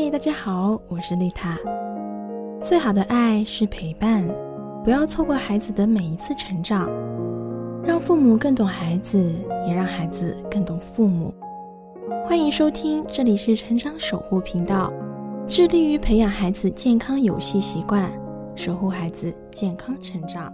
嗨，大家好，我是丽塔。最好的爱是陪伴，不要错过孩子的每一次成长，让父母更懂孩子，也让孩子更懂父母。欢迎收听，这里是成长守护频道，致力于培养孩子健康游戏习惯，守护孩子健康成长。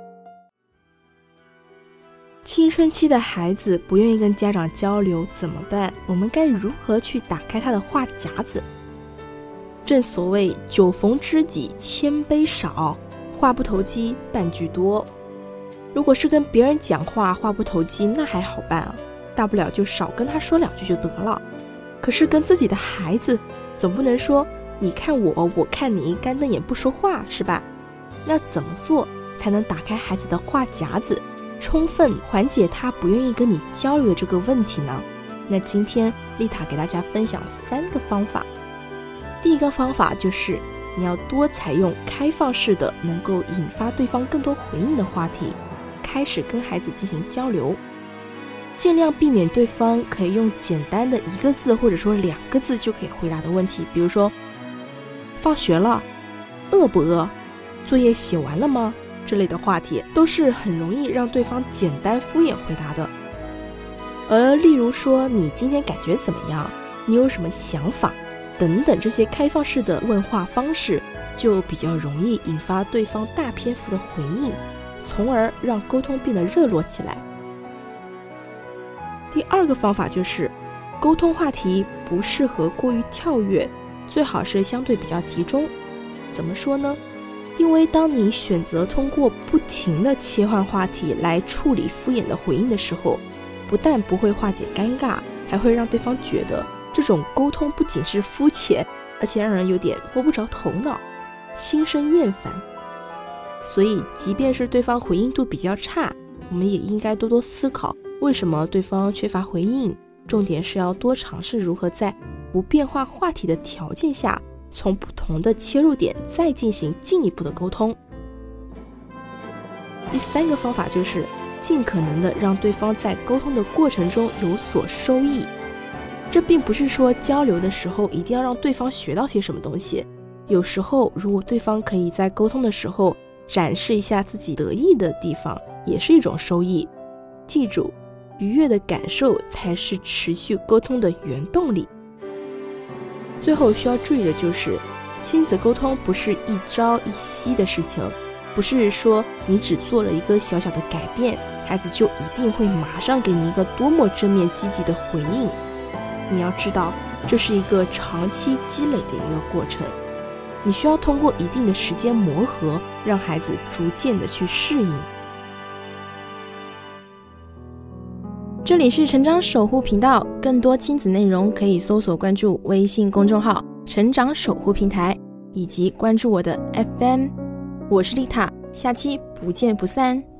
青春期的孩子不愿意跟家长交流怎么办？我们该如何去打开他的话匣子？正所谓酒逢知己千杯少，话不投机半句多。如果是跟别人讲话话不投机，那还好办啊，大不了就少跟他说两句就得了。可是跟自己的孩子，总不能说你看我，我看你，干瞪眼不说话，是吧？那怎么做才能打开孩子的话匣子，充分缓解他不愿意跟你交流的这个问题呢？那今天丽塔给大家分享3个方法。第一个方法就是你要多采用开放式的，能够引发对方更多回应的话题，开始跟孩子进行交流，尽量避免对方可以用简单的1个字或者说2个字就可以回答的问题，比如说放学了，饿不饿，作业写完了吗，这类的话题都是很容易让对方简单敷衍回答的。而例如说你今天感觉怎么样，你有什么想法等等，这些开放式的问话方式就比较容易引发对方大篇幅的回应，从而让沟通变得热络起来。第2个方法就是沟通话题不适合过于跳跃，最好是相对比较集中。怎么说呢？因为当你选择通过不停的切换话题来处理敷衍的回应的时候，不但不会化解尴尬，还会让对方觉得这种沟通不仅是肤浅，而且让人有点摸不着头脑，心生厌烦。所以即便是对方回应度比较差，我们也应该多多思考为什么对方缺乏回应，重点是要多尝试如何在不变化话题的条件下，从不同的切入点再进行进一步的沟通。第3个方法就是尽可能的让对方在沟通的过程中有所收益。这并不是说交流的时候一定要让对方学到些什么东西，有时候如果对方可以在沟通的时候展示一下自己得意的地方，也是一种收益。记住，愉悦的感受才是持续沟通的原动力。最后需要注意的就是，亲子沟通不是一朝一夕的事情，不是说你只做了一个小小的改变，孩子就一定会马上给你一个多么正面积极的回应。你要知道，这是一个长期积累的一个过程，你需要通过一定的时间磨合，让孩子逐渐的去适应。这里是成长守护频道，更多亲子内容可以搜索关注微信公众号成长守护平台，以及关注我的 FM。 我是丽塔，下期不见不散。